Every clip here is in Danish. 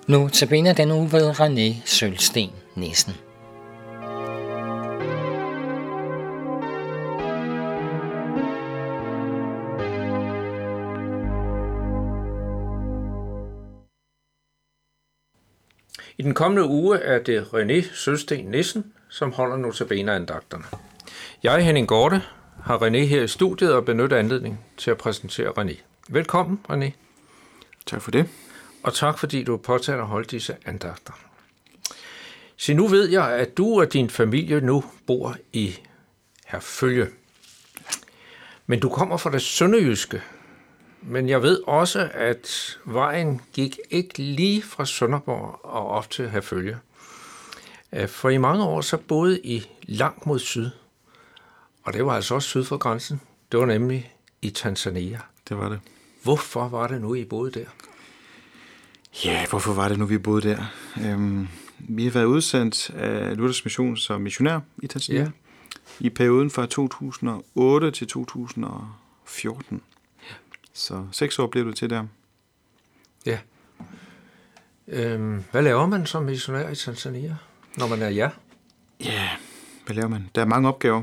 Nu tabiner den uge ved René Sølsten Nissen. I den kommende uge er det René Sølsten Nissen, som holder notabeneandagterne. Jeg, Henning Gorte, har René her i studiet og benytter anledning til at præsentere René. Velkommen, René. Tak for det. Og tak, fordi du påtager at holde disse andagter. Så nu ved jeg, at du og din familie nu bor i Herfølge. Men du kommer fra det sønderjyske. Men jeg ved også, at vejen gik ikke lige fra Sønderborg og op til Herfølge. For i mange år så boede I langt mod syd. Og det var altså også syd for grænsen. Det var nemlig i Tanzania. Det var det. Hvorfor var det nu, I boede der? Ja, hvorfor var det nu, vi boede der? Vi har været udsendt af Luthers Mission som missionær i Tanzania. Ja. I perioden fra 2008 til 2014. Ja. Så 6 år blev det til der. Ja. Hvad laver man som missionær i Tanzania, når man er jer? Ja, hvad laver man? Der er mange opgaver.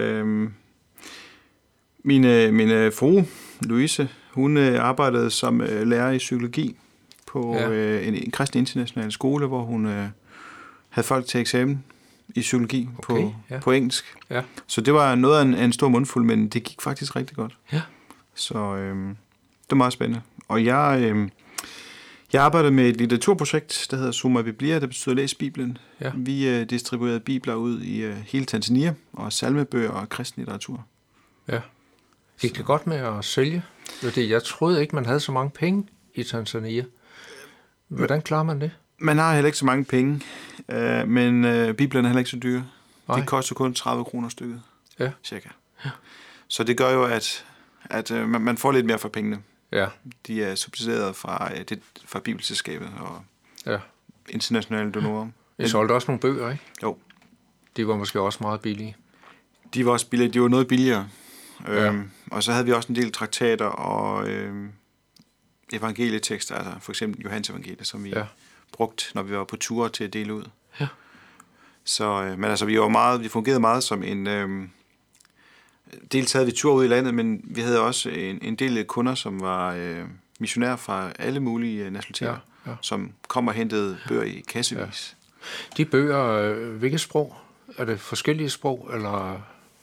Min frue, Louise, hun arbejdede som lærer i psykologi på en kristen international skole, hvor hun havde folk til eksamen i psykologi på engelsk. Ja. Så det var noget af en stor mundfuld, men det gik faktisk rigtig godt. Ja. Så det var meget spændende. Og jeg arbejdede med et litteraturprojekt, der hedder Soma Biblia, der betyder læs Bibelen. Ja. Vi distribuerede bibler ud i hele Tanzania, og salmebøger og kristen litteratur. Ja. Gik det godt med at sælge? Fordi jeg troede ikke, man havde så mange penge i Tanzania. Hvordan klarer man det? Man har heller ikke så mange penge, men biblerne er heller ikke så dyre. Nej. Det koster kun 30 kroner stykket, cirka. Ja. Så det gør jo, at man får lidt mere for pengene. Ja. De er subsidieret fra Bibelselskabet og internationale donorer. I solgte også nogle bøger, ikke? Jo. De var måske også meget billige. De var også billige. De var noget billigere. Ja. Og så havde vi også en del traktater og evangelietekster, altså for eksempel Johannes evangeliet, som vi brugte, når vi var på ture til at dele ud. Ja. Så, men altså, vi fungerede meget som en... dels havde vi tur ud i landet, men vi havde også en del kunder, som var missionærer fra alle mulige nationaliteter, som kom og hentede bøger i kassevis. Ja. De bøger, hvilket sprog? Er det forskellige sprog, eller...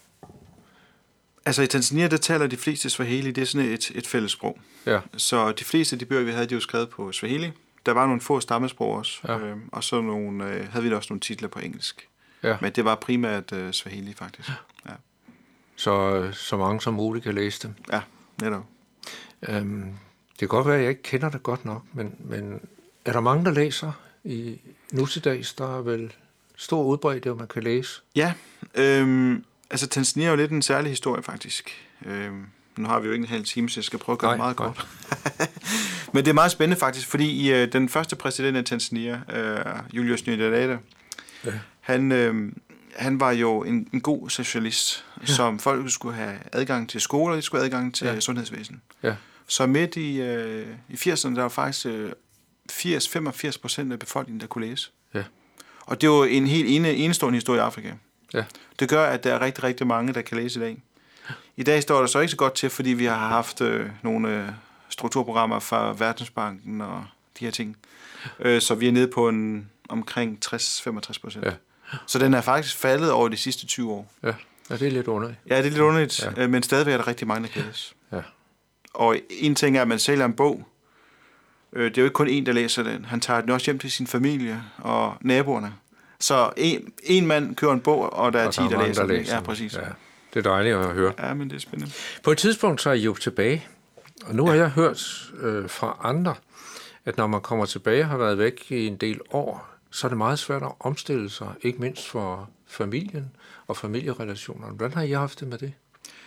Altså i Tanzania, der taler de fleste Swahili, det er sådan et fælles sprog. Ja. Så de fleste af de bøger, vi havde, de var skrevet på Swahili. Der var nogle få stammesprog også, og så havde vi også nogle titler på engelsk. Ja. Men det var primært Swahili faktisk. Ja. Så mange som muligt kan læse dem? Ja, netop. Det kan godt være, at jeg ikke kender det godt nok, men er der mange, der læser nu til dags? Der er vel stor udbredelse, at man kan læse? Ja, altså Tanzania er jo lidt en særlig historie faktisk. Nu har vi jo ikke en halv time, så jeg skal prøve at gøre det meget kort. Men det er meget spændende faktisk, fordi den første præsident af Tanzania, Julius Nyerere, han var jo en god socialist, som folk skulle have adgang til skoler, de skulle have adgang til sundhedsvæsen. Ja. Så midt i 80'erne, der var faktisk 80-85% af befolkningen, der kunne læse. Ja. Og det er jo en helt enestående historie i Afrika. Ja. Det gør, at der er rigtig, rigtig mange, der kan læse i dag. I dag står der så ikke så godt til, fordi vi har haft nogle strukturprogrammer fra Verdensbanken og de her ting. Så vi er nede på omkring 60-65%. Ja. Så den er faktisk faldet over de sidste 20 år. Ja, det er lidt underligt. Ja, det er lidt underligt, men stadigvæk er der rigtig mange, der kan læse. Ja. Og en ting er, at man sælger en bog. Det er jo ikke kun en, der læser den. Han tager den også hjem til sin familie og naboerne. Så en mand kører en bog, og der er 10, der læser den. Ja, præcis. Ja. Det er dejligt at høre. Ja, men det er spændende. På et tidspunkt så er I jo tilbage, og nu har jeg hørt fra andre, at når man kommer tilbage og har været væk i en del år, så er det meget svært at omstille sig, ikke mindst for familien og familierelationerne. Hvordan har I haft det med det?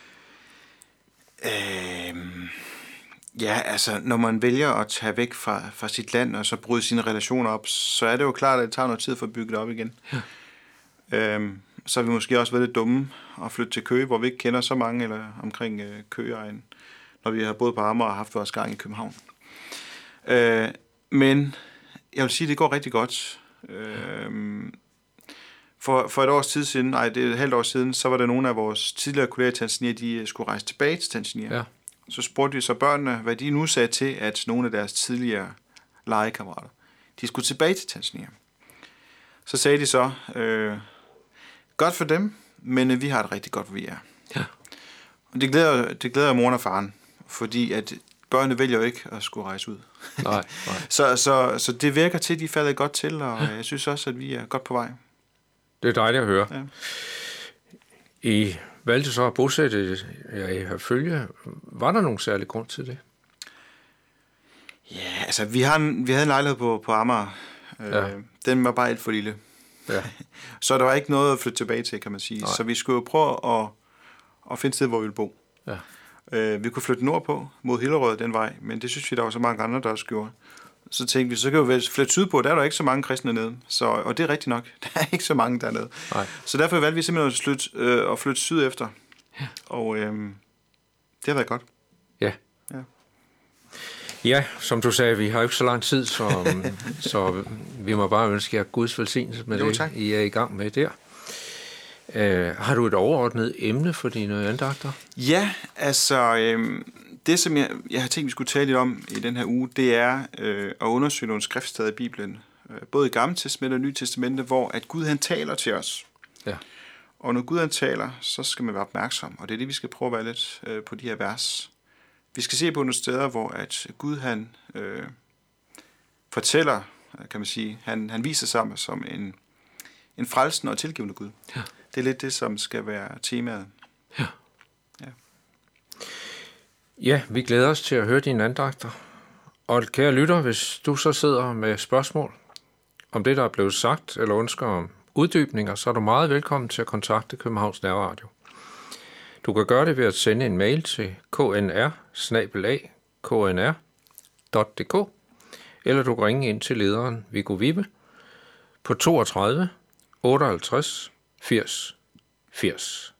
Ja, altså, når man vælger at tage væk fra sit land og så bryde sine relationer op, så er det jo klart, at det tager noget tid for at bygge det op igen. Ja. Så har vi måske også været lidt dumme at flytte til Køge, hvor vi ikke kender så mange eller omkring Køgeegnen, når vi har boet på Amager og haft vores gang i København. Men Jeg vil sige, at det går rigtig godt. For et års tid siden, det er et halvt år siden, så var der nogle af vores tidligere kolleger i Tanzania, de skulle rejse tilbage til Tanzania. Ja. Så spurgte vi så børnene, hvad de nu sagde til, at nogle af deres tidligere legekammerater, de skulle tilbage til Tanzania. Så sagde de så, godt for dem, men vi har det rigtig godt, hvor vi er. Ja. Og det glæder moren og faren, fordi at børnene vælger jo ikke at skulle rejse ud. Nej. så det virker til, de falder godt til, og jeg synes også, at vi er godt på vej. Det er dejligt at høre. Ja. I valgte så at bosætte jer i Herfølge. Var der nogen særlig grund til det? Ja, altså vi havde en lejlighed på Amager. Den var bare alt for lille. Ja. Så der var ikke noget at flytte tilbage til, kan man sige. Nej. Så vi skulle jo prøve at finde et sted, hvor vi ville bo. Ja. Vi kunne flytte nordpå mod Hillerød den vej, men det synes vi, der var så mange andre, der også gjorde. Så tænkte vi, så kan vi flytte sydpå, der er der ikke så mange kristne nede. Og det er rigtigt nok, der er ikke så mange dernede. Nej. Så derfor valgte vi simpelthen at flytte syd efter. Ja. Og det har været godt. Ja. Ja, som du sagde, vi har jo ikke så lang tid, så vi må bare ønske jer Guds velsignelse med det, I er i gang med der. Har du et overordnet emne for dine andagter? Ja, altså det, som jeg har tænkt, vi skulle tale lidt om i den her uge, det er at undersøge nogle skriftsteder i Bibelen, både i Gamle Testamente og Nye Testamente, hvor at Gud han taler til os. Ja. Og når Gud han taler, så skal man være opmærksom, og det er det, vi skal prøve at være lidt på de her vers. Vi skal se på nogle steder, hvor at Gud han fortæller, kan man sige, han viser sig som en frelsende og tilgivende Gud. Ja. Det er lidt det, som skal være temaet. Ja. Ja, vi glæder os til at høre dine andagter. Og kære lytter, hvis du så sidder med spørgsmål om det, der er blevet sagt, eller ønsker om uddybninger, så er du meget velkommen til at kontakte Københavns Nærradio. Du kan gøre det ved at sende en mail til knr@knr.dk, eller du kan ringe ind til lederen Viggo Vibe på 32 58 80 80.